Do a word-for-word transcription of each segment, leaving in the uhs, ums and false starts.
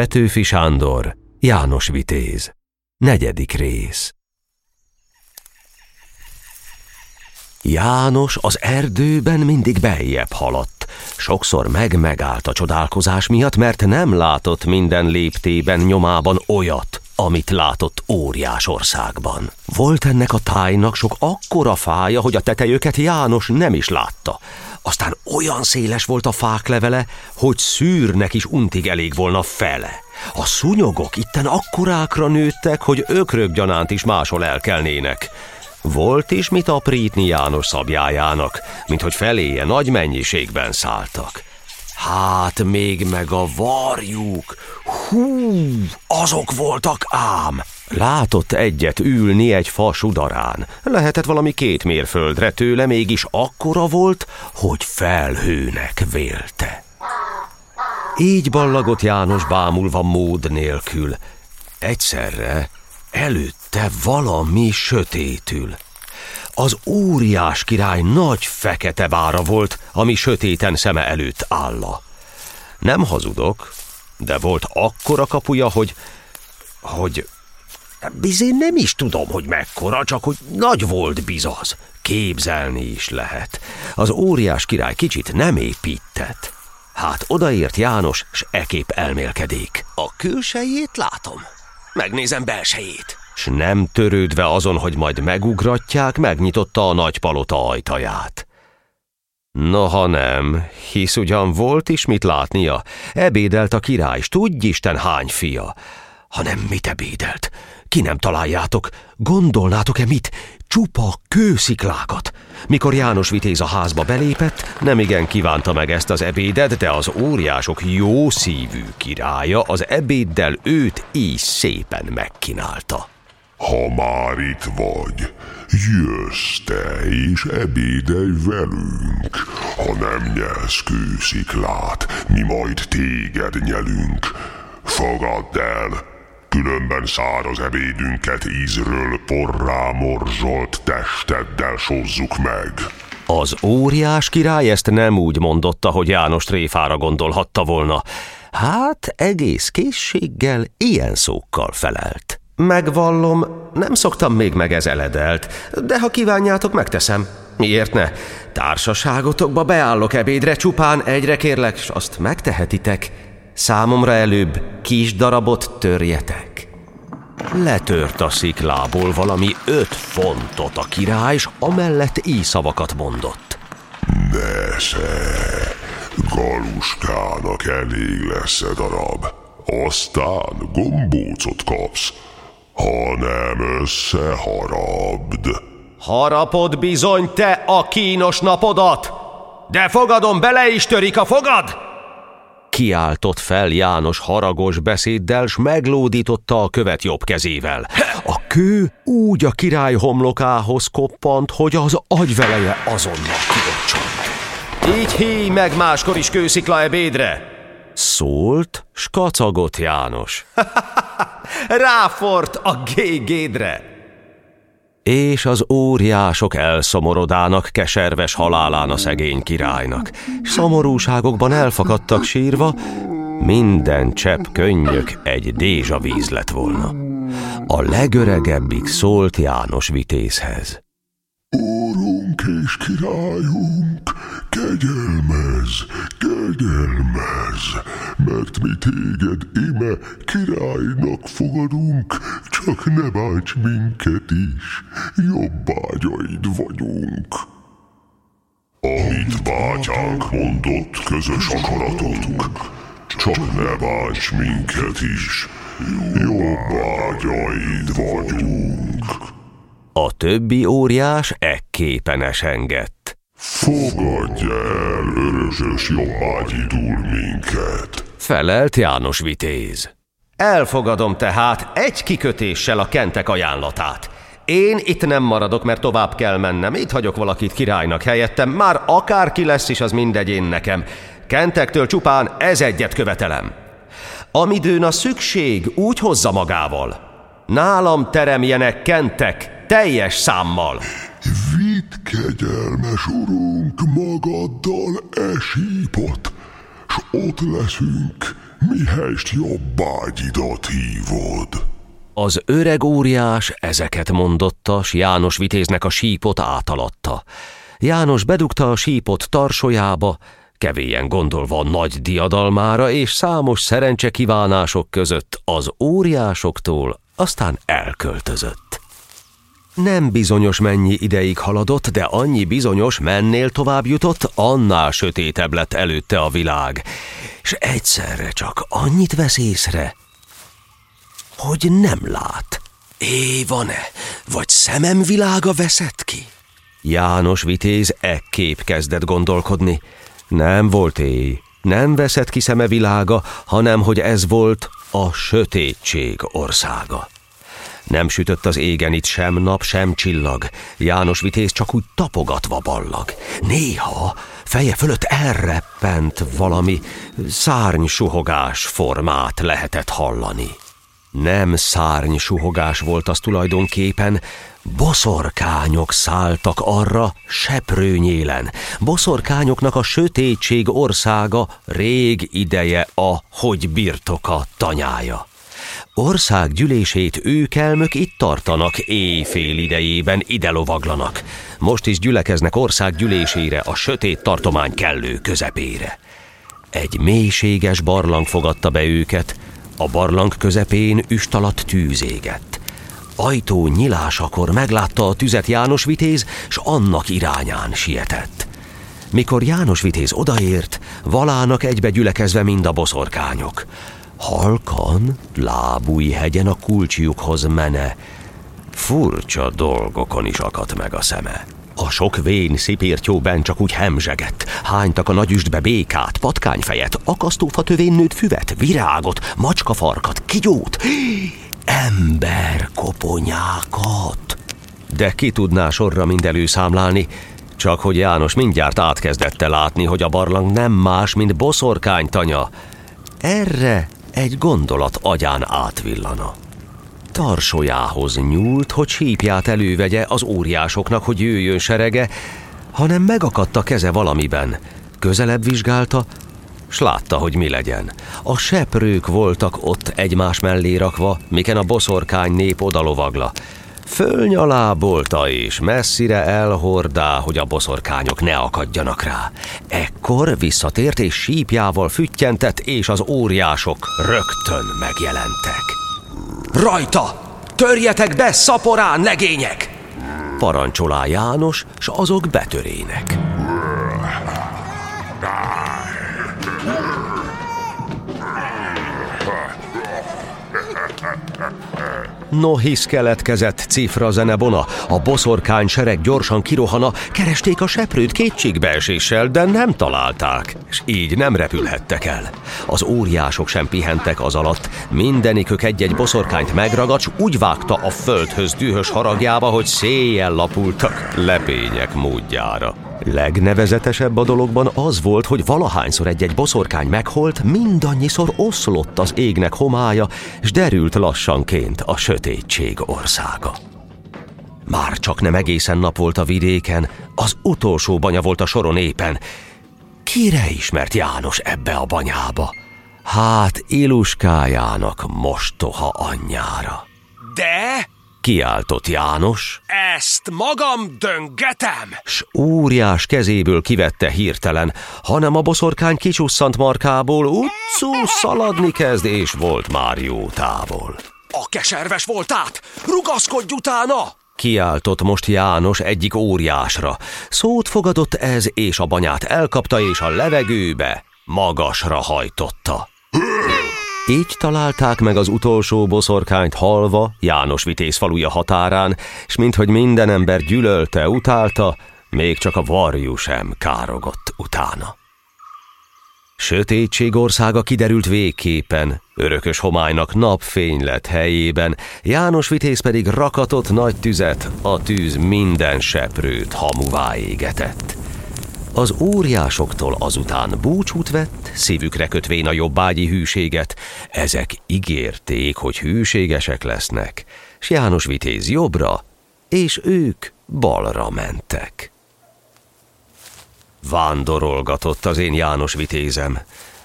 Petőfi Sándor, János Vitéz. Negyedik rész. János az erdőben mindig beljebb haladt. Sokszor meg-megállt a csodálkozás miatt, mert nem látott minden léptében nyomában olyat, amit látott Óriásországban. Volt ennek a tájnak sok akkora fája, hogy a tetejüket János nem is látta. Aztán olyan széles volt a fák levele, hogy szűrnek is untig elég volna fele. A szúnyogok itten akkorákra nőttek, hogy ökrökgyanánt is máshol elkelnének. Volt is mit aprítni János szabjájának, minthogy feléje nagy mennyiségben szálltak. Hát még meg a varjuk, hú, azok voltak ám! Látott egyet ülni egy fa sudarán. Lehetett valami két mérföldre tőle, mégis akkora volt, hogy felhőnek vélte. Így ballagott János bámulva mód nélkül. Egyszerre előtte valami sötétül. Az óriás király nagy fekete bára volt, ami sötéten szeme előtt álla. Nem hazudok, de volt akkora kapuja, hogy... hogy... bizony nem is tudom, hogy mekkora, csak hogy nagy volt bizaz. Képzelni is lehet. Az óriás király kicsit nem épített. Hát odaért János, s ekép elmélkedék. A külsejét látom, megnézem belsejét. S nem törődve azon, hogy majd megugratják, megnyitotta a nagy palota ajtaját. Noha nem, hisz ugyan volt is mit látnia. Ebédelt a király, s tudj Isten hány fia. Hanem mit ebédelt? Ki nem találjátok? Gondolnátok-e mit? Csupa kősziklákat. Mikor János Vitéz a házba belépett, nemigen kívánta meg ezt az ebédet, de az óriások jó szívű királya az ebéddel őt így szépen megkínálta. Ha már itt vagy, jössz te és ebédelj velünk. Ha nem nyelsz kősziklát, mi majd téged nyelünk. Fogadd el, különben száraz ebédünket ízről porrá morzsolt testeddel sozzuk meg. Az óriás király ezt nem úgy mondotta, hogy János tréfára gondolhatta volna. Hát egész készséggel ilyen szókkal felelt. Megvallom, nem szoktam még meg ez eledelt, de ha kívánjátok, megteszem. Miért ne? Társaságotokba beállok ebédre, csupán egyre kérlek, s azt megtehetitek. Számomra előbb kis darabot törjetek. Letört a sziklából valami öt fontot a király, s amellett így szavakat mondott. Nesze, Galuskának elég lesz e darab, aztán gombócot kapsz, hanem összeharapd. Harapod bizony te a kínos napodat, de fogadom, bele is törik a fogad! Kiáltott fel János haragos beszéddel, s meglódította a követ jobb kezével. A kő úgy a király homlokához koppant, hogy az agyveleje azonnal kibocsant. Így híj meg máskor is kőszikla ebédre! Szólt, s kacagott János. Ráfort a gégédre! És az óriások elszomorodának keserves halálán a szegény királynak. Szomorúságokban elfakadtak sírva, minden csepp könnyök egy dézsavíz lett volna. A legöregebbik szólt János Vitézhez. Úrunk és királyunk, kegyelmezz, kegyelmezz, mert mi téged ime királynak fogadunk, csak ne bánts minket is, jobbágyaid vagyunk. Amit bátyánk mondott, közös akaratunk, csak ne bánts minket is, jobbágyaid vagyunk. A többi óriás ekképpen esengett. Fogadj el, örökös jobbágyidul minket, felelt János Vitéz. Elfogadom tehát egy kikötéssel a kentek ajánlatát. Én itt nem maradok, mert tovább kell mennem. Itt hagyok valakit királynak helyettem. Már akárki lesz is, az mindegy én nekem. Kentektől csupán ez egyet követelem. Amidőn a szükség úgy hozza magával. Nálam teremjenek kentek teljes számmal. Vidd, kegyelmes urunk, magaddal e sípot, s ott leszünk mihelyst jobbágyidat hívod? Az öreg óriás ezeket mondotta, s János Vitéznek a sípot átalatta. János bedugta a sípot tarsolyába, kevélyen gondolva a nagy diadalmára és számos szerencsekívánások között az óriásoktól, aztán elköltözött. Nem bizonyos mennyi ideig haladott, de annyi bizonyos, mennél tovább jutott, annál sötétebb lett előtte a világ, és egyszerre csak annyit vesz észre, hogy nem lát. É, van-e, vagy szemem világa veszett ki? János Vitéz ekképp kezdett gondolkodni. Nem volt éj, nem veszett ki szeme világa, hanem hogy ez volt a sötétség országa. Nem sütött az égen itt sem nap, sem csillag. János Vitéz csak úgy tapogatva ballag. Néha feje fölött elreppent valami szárnysuhogás formát lehetett hallani. Nem szárnysuhogás volt az tulajdonképpen, boszorkányok szálltak arra seprőnyélen. Boszorkányoknak a sötétség országa rég ideje a hogy birtoka tanyája. Országgyűlését őkelmök itt tartanak, éjfél idejében ide lovaglanak. Most is gyülekeznek országgyűlésére, a sötét tartomány kellő közepére. Egy mélységes barlang fogadta be őket, a barlang közepén üst alatt tűz égett. Ajtó nyilásakor meglátta a tüzet János Vitéz, s annak irányán sietett. Mikor János Vitéz odaért, valának egybe gyülekezve mind a boszorkányok. Halkan, lábújhegyen a kulcsjukhoz mene, furcsa dolgokon is akadt meg a szeme. A sok vén szipírtyóben csak úgy hemzsegett, hánytak a nagy üstbe békát, patkányfejet, akasztófa tövén nőtt füvet, virágot, macskafarkat, kigyót, emberkoponyákat. De ki tudná sorra mind előszámlálni, csak hogy János mindjárt átkezdette látni, hogy a barlang nem más, mint boszorkánytanya. Erre egy gondolat agyán átvillana. Tarsolyához nyúlt, hogy sípját elővegye az óriásoknak, hogy jöjjön serege, hanem megakadt a keze valamiben. Közelebb vizsgálta, s látta, hogy mi legyen. A seprők voltak ott egymás mellé rakva, miken a boszorkány nép odalovagla. Fölnyalábolta és messzire elhordá, hogy a boszorkányok ne akadjanak rá. Ekkor visszatért és sípjával füttyentett, és az óriások rögtön megjelentek. Rajta! Törjetek be, szaporán, legények! Parancsolá János, s azok betörének. No hisz keletkezett cifra zenebona, a boszorkány sereg gyorsan kirohana, keresték a seprőt kétségbeeséssel, de nem találták, és így nem repülhettek el. Az óriások sem pihentek az alatt, mindenikük egy-egy boszorkányt megragad, s úgy vágta a földhöz dühös haragjába, hogy széjjel lapultak lepények módjára. Legnevezetesebb a dologban az volt, hogy valahányszor egy-egy boszorkány meghalt, mindannyiszor oszlott az égnek homálya, s derült lassanként a sötétség országa. Már csak nem egészen nap volt a vidéken, az utolsó banya volt a soron éppen. Kire ismert János ebbe a banyába? Hát Iluskájának mostoha anyjára. De... kiáltott János. Ezt magam döngetem! S óriás kezéből kivette hirtelen, hanem a boszorkány kicsusszant markából, utcú szaladni kezd, és volt már jó távol. A keserves voltát! Rugaszkodj utána! Kiáltott most János egyik óriásra. Szót fogadott ez, és a banyát elkapta, és a levegőbe magasra hajtotta. Így találták meg az utolsó boszorkányt halva János Vitéz faluja határán, s minthogy minden ember gyűlölte, utálta, még csak a varjú sem károgott utána. Sötétség országa kiderült végképpen, örökös homálynak napfény lett helyében, János Vitéz pedig rakatott nagy tüzet, a tűz minden seprőt hamuvá égetett. Az óriásoktól azután búcsút vett, szívükre kötvén a jobbágyi hűséget. Ezek ígérték, hogy hűségesek lesznek, s János Vitéz jobbra, és ők balra mentek. Vándorolgatott az én János Vitézem.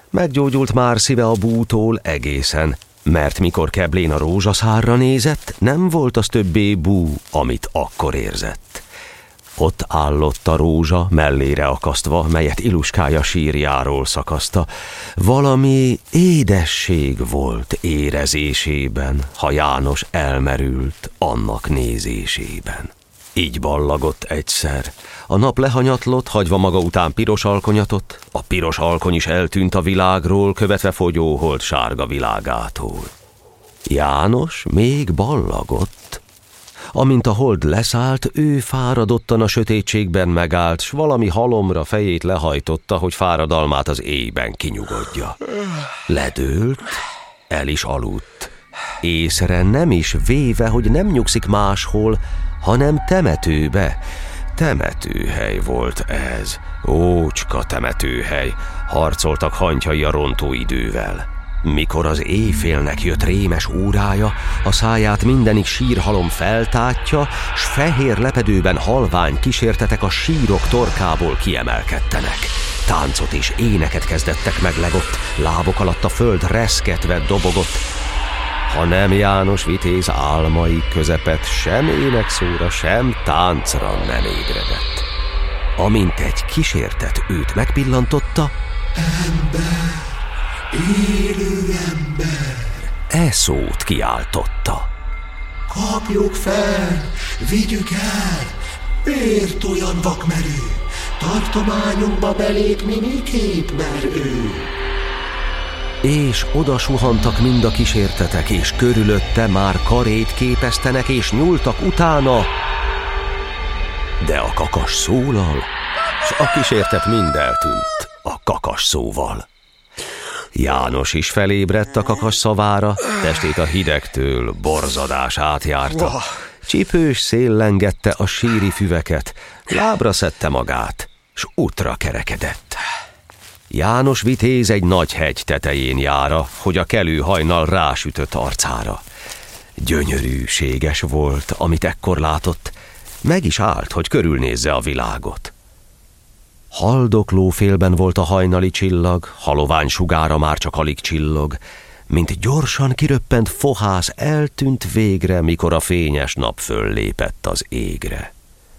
Meggyógyult már szíve a bútól egészen, mert mikor Keblén a rózsaszárra nézett, nem volt az többé bú, amit akkor érzett. Ott állott a rózsa, mellére akasztva, melyet Iluskája sírjáról szakaszta. Valami édesség volt érezésében, ha János elmerült annak nézésében. Így ballagott egyszer. A nap lehanyatlott, hagyva maga után piros alkonyatot, a piros alkony is eltűnt a világról, követve fogyóholt sárga világától. János még ballagott. Amint a hold leszállt, ő fáradottan a sötétségben megállt, s valami halomra fejét lehajtotta, hogy fáradalmát az éjben kinyugodja. Ledőlt, el is aludt. Észre nem is véve, hogy nem nyugszik máshol, hanem temetőbe. Temetőhely volt ez. Ócska temetőhely. Harcoltak hantyai a rontóidővel. Mikor az éjfélnek jött rémes órája, a száját mindenik sírhalom feltátja, s fehér lepedőben halvány kísértetek a sírok torkából kiemelkedtenek. Táncot és éneket kezdettek meg legott, lábok alatt a föld reszketve dobogott. Ha nem János Vitéz álmai közepet, sem énekszóra, sem táncra nem ébredett. Amint egy kísértet őt megpillantotta, ember, élő ember, e szót kiáltotta. Kapjuk fel, vigyük el, miért olyan vakmerő? Tartományunkba belépni miképp mer ő? És oda suhantak mind a kísértetek, és körülötte már karét képeztenek, és nyúltak utána. De a kakas szólal, s a kísértet mind eltűnt a kakas szóval. János is felébredt a kakas szavára, testét a hidegtől borzadás átjárta. Csipős szél lengette a síri füveket, lábra szedte magát, s útra kerekedett. János Vitéz egy nagy hegy tetején jára, hogy a kelő hajnal rásütött arcára. Gyönyörűséges volt, amit ekkor látott, meg is állt, hogy körülnézze a világot. Haldokló félben volt a hajnali csillag, halovány sugára már csak alig csillog, mint gyorsan kiröppent fohász eltűnt végre, mikor a fényes nap föllépett az égre.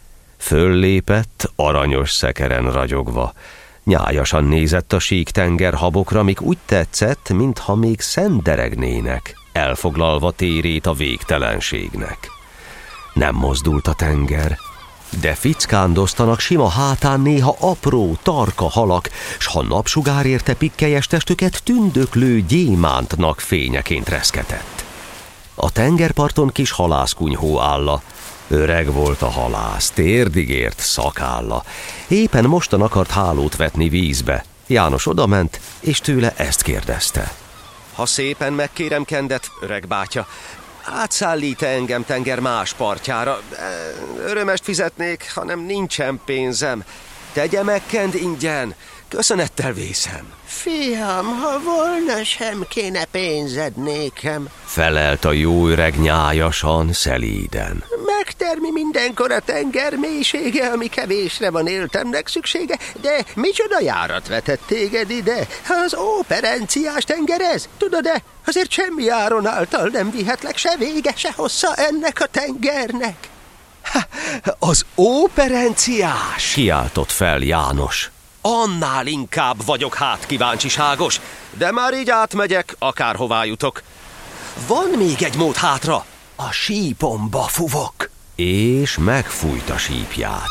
Föllépett, aranyos szekeren ragyogva, nyájasan nézett a sík tenger habokra, mik úgy tetszett, mintha még szenderegnének, elfoglalva térét a végtelenségnek. Nem mozdult a tenger, de fickándoztanak sima hátán néha apró, tarka halak, s ha napsugár érte pikkelyes testüket, tündöklő gyémántnak fényeként reszketett. A tengerparton kis halászkunyhó álla. Öreg volt a halász, térdig ért szakálla. Éppen mostan akart hálót vetni vízbe. János odament, és tőle ezt kérdezte. Ha szépen megkérem kendet, öreg bátya, átszállít engem tenger más partjára? Örömest fizetnék, hanem nincsen pénzem. Tegye meg kend ingyen, köszönettel vészem. Fiam, ha volna, sem kéne pénzed nékem, felelt a jó öreg nyájasan, szelíden. Megtermi mindenkor a tenger mélysége, ami kevésre van éltemnek szüksége, de micsoda járat vetett téged ide? Az óperenciás tenger ez, tudod-e? Azért semmi áron által nem vihetlek se vége, se hossza ennek a tengernek. Ha, az óperenciás! Kiáltott fel János. Annál inkább vagyok hát kíváncsiságos, de már így átmegyek, akárhová jutok. Van még egy mód hátra, a sípomba fuvok. És megfújt a sípját.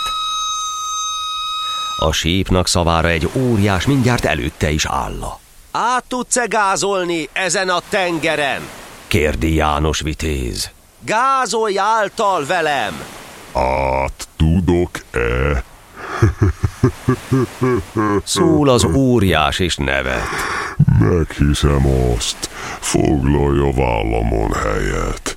A sípnak szavára egy óriás mindjárt előtte is álla. Át tudsz-e gázolni ezen a tengeren? Kérdi János Vitéz. Gázolj által velem! Át tudok-e? Szól az óriás és nevet. Meghiszem azt, foglalja vállamon helyet.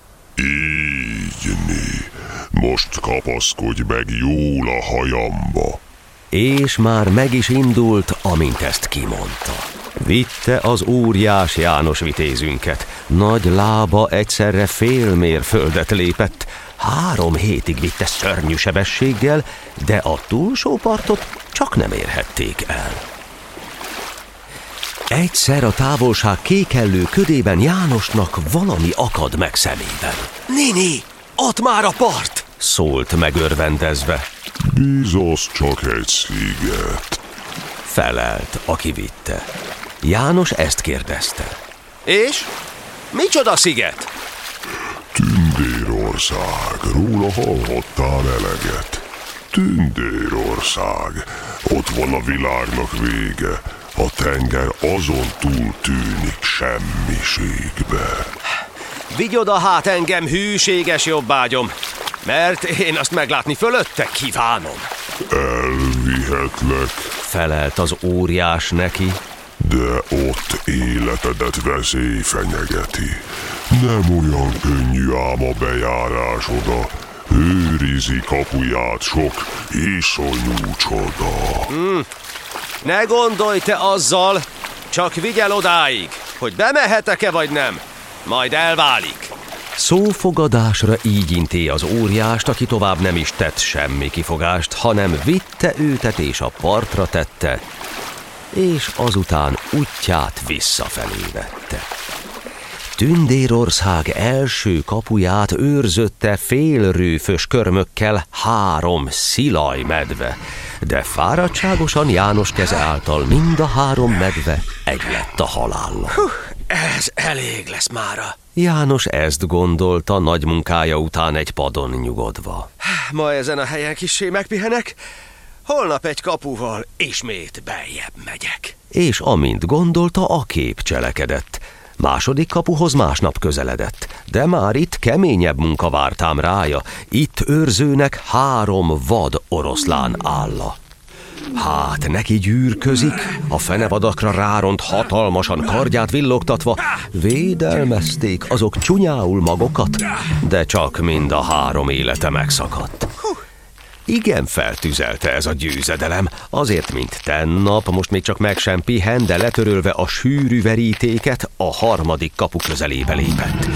Ígyni, most kapaszkodj meg jól a hajamba. És már meg is indult, amint ezt kimondta. Vitte az óriás János Vitézünket. Nagy lába egyszerre fél mérföldet lépett. Három hétig vitte szörnyű sebességgel, de a túlsó partot csak nem érhették el. Egyszer a távolság kékellő ködében Jánosnak valami akad meg szemében. Néni, ott már a part! Szólt megörvendezve. Biztos csak egy sziget. Felelt, aki vitte. János ezt kérdezte. És? Micsoda sziget? Tündérország, róla hallhattál eleget. Tündérország, ott van a világnak vége. A tenger azon túl tűnik semmiségbe. Vigy oda hát engem, hűséges jobbágyom, mert én azt meglátni fölötte kívánom. Elvihetlek, felelt az óriás neki. de ott életedet veszély fenyegeti. Nem olyan könnyű ám a bejárás oda. Őrizi kapuját sok iszonyú csoda. Mm. Ne gondolj te azzal, csak vigyel odáig, hogy bemehetek-e vagy nem, majd elválik. Szófogadásra így inté az óriást, aki tovább nem is tett semmi kifogást, hanem vitte őtet és a partra tette, és azután útját visszafelé vette. Tündérország első kapuját őrzötte félrőfös körmökkel három szilaj medve, de fáradtságosan János keze által mind a három medve egy lett a halállal. Hú, ez elég lesz mára. János ezt gondolta nagy munkája után egy padon nyugodva. Ma ezen a helyen kissé megpihenek, holnap egy kapuval ismét beljebb megyek. És amint gondolta, a kép cselekedett. Második kapuhoz másnap közeledett, de már itt keményebb munka várt ám rája. Itt őrzőnek három vad oroszlán álla. Hát neki gyűrközik, a fenevadakra ráront hatalmasan kardját villogtatva, védelmezték azok csúnyául magokat, de csak mind a három élete megszakadt. Igen feltüzelte ez a győzedelem, azért, mint tennap, most még csak meg sem pihen, de letörölve a sűrű verítéket, a harmadik kapu közelébe lépett.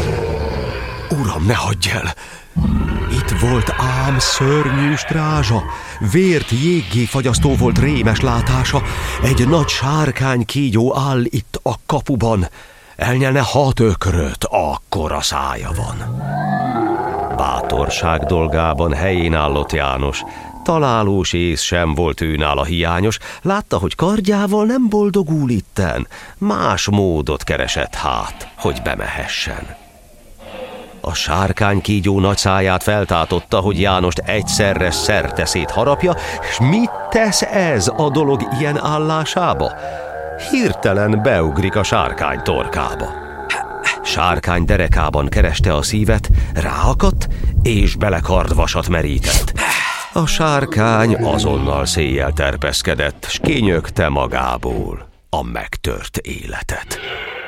Uram, ne hagyj el! Itt volt ám szörnyű strázsa, vért jéggé fagyasztó volt rémes látása, egy nagy sárkány kígyó áll itt a kapuban, elnyelne hat ökröt, akkora szája van. Bátorság dolgában helyén állott János, találós ész sem volt őnála hiányos, látta, hogy kardjával nem boldogul itten, más módot keresett hát, hogy bemehessen. A sárkány kígyó nagy száját feltátotta, hogy Jánost egyszerre szerteszét harapja, s mit tesz ez a dolog ilyen állásába? Hirtelen beugrik a sárkány torkába. Sárkány derekában kereste a szívet, ráakadt, és belekardvasat merített. A sárkány azonnal széjjel terpeszkedett, s kinyögte magából a megtört életet.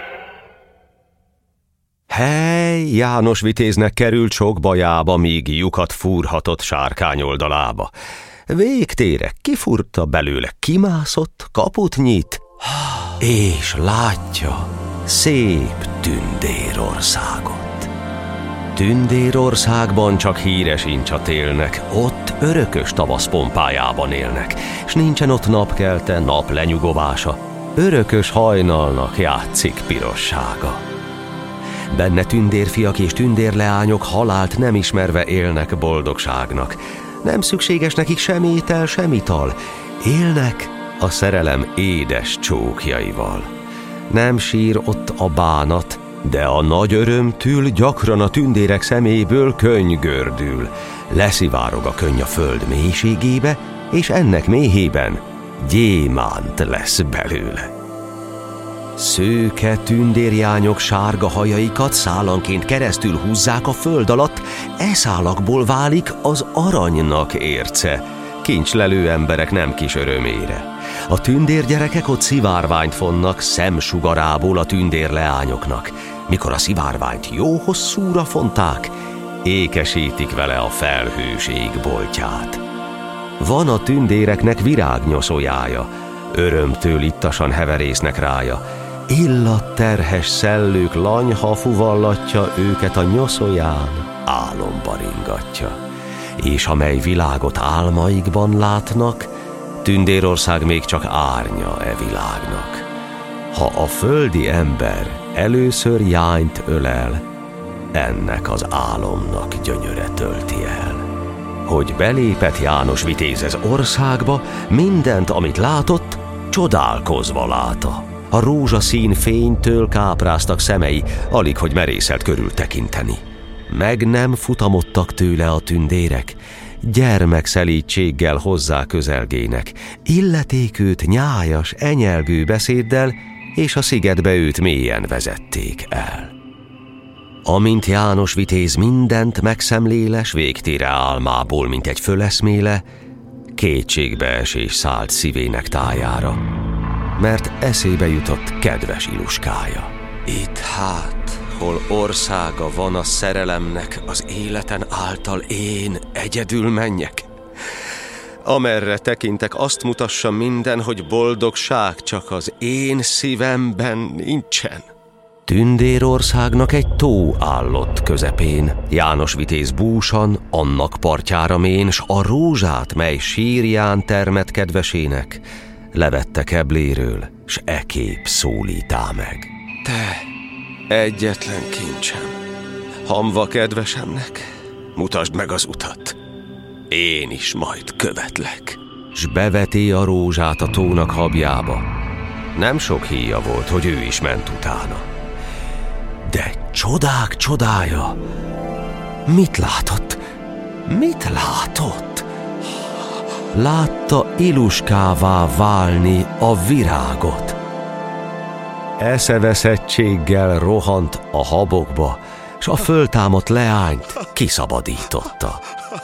Hely, János vitéznek került sok bajába, míg lyukat fúrhatott sárkány oldalába. Végtére kifurta belőle, kimászott, kaput nyit, és látja szép Tündérországot. Tündérországban csak híres incsat élnek, ott örökös tavasz pompájában élnek, s nincsen ott napkelte, nap lenyugovása, örökös hajnalnak játszik pirossága. Benne tündérfiak és tündérleányok halált nem ismerve élnek boldogságnak. Nem szükséges nekik sem étel, sem ital. Élnek a szerelem édes csókjaival. Nem sír ott a bánat, de a nagy örömtől gyakran a tündérek szeméből könny gördül. Leszivárog a könny a föld mélységébe, és ennek méhében gyémánt lesz belőle. Szőke tündérjányok sárga hajaikat szálanként keresztül húzzák a föld alatt, e szálakból válik az aranynak érce, kincslelő emberek nem kis örömére. A tündérgyerekek ott szivárványt fonnak szemsugarából a tündérleányoknak. Mikor a szivárványt jó hosszúra fonták, ékesítik vele a felhőség boltját. Van a tündéreknek virágnyoszójája, örömtől ittasan heverésznek rája. Illatterhes szellők lanyha fuvallatja őket a nyoszóján, álomba ringatja. És amely világot álmaikban látnak, Tündérország még csak árnya e világnak. Ha a földi ember először jányt ölel, ennek az álomnak gyönyöre tölti el. Hogy belépett János Vitéz az országba, mindent, amit látott, csodálkozva látta. A rózsaszín fénytől kápráztak szemei, alig hogy merészelt körül tekinteni. Meg nem futamodtak tőle a tündérek, gyermekszelídséggel hozzá közelgének, illeték őt nyájas, enyelgő beszéddel, és a szigetbe őt mélyen vezették el. Amint János Vitéz mindent megszemléles végtére álmából, mint egy föleszméle, kétségbeesés szállt szívének tájára, mert eszébe jutott kedves Iluskája. Itt hát, hol országa van a szerelemnek, az életen által én egyedül menjek. Amerre tekintek, azt mutassa minden, hogy boldogság csak az én szívemben nincsen. Tündérországnak egy tó állott közepén, János Vitéz búsan, annak partjára mén, s a rózsát, mely sírján termett kedvesének, levette kebléről, s e kép szólítá meg. Te, egyetlen kincsem, hamva kedvesemnek, mutasd meg az utat, én is majd követlek. S beveti a rózsát a tónak habjába. Nem sok híja volt, hogy ő is ment utána. De csodák csodája! Mit látott? Mit látott? Látta Iluskává válni a virágot. Eszeveszettséggel rohant a habokba, s a föltámadt leányt kiszabadította.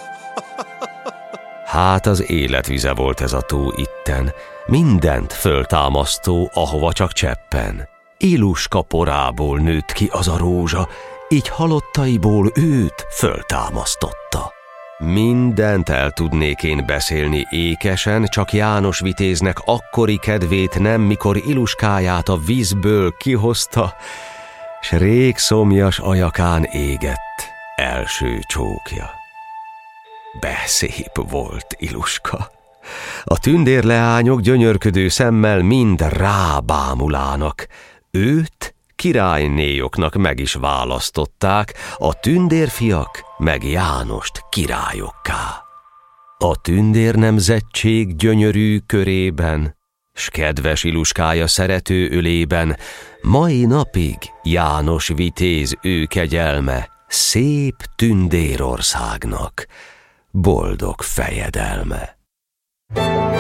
Hát az életvize volt ez a tó itten, mindent föltámasztó, ahova csak cseppen. Iluska porából nőtt ki az a rózsa, így halottaiból őt föltámasztotta. Mindent el tudnék én beszélni ékesen, csak János Vitéznek akkori kedvét nem, mikor Iluskáját a vízből kihozta, s rég szomjas ajakán égett első csókja. Beszép volt Iluska. A tündérleányok gyönyörködő szemmel mind rábámulának. Őt királynéjoknak meg is választották, a tündérfiak meg Jánost királyokká. A tündérnemzetség gyönyörű körében, s kedves Iluskája szerető ölében, mai napig János Vitéz ő kegyelme, szép Tündérországnak boldog fejedelme.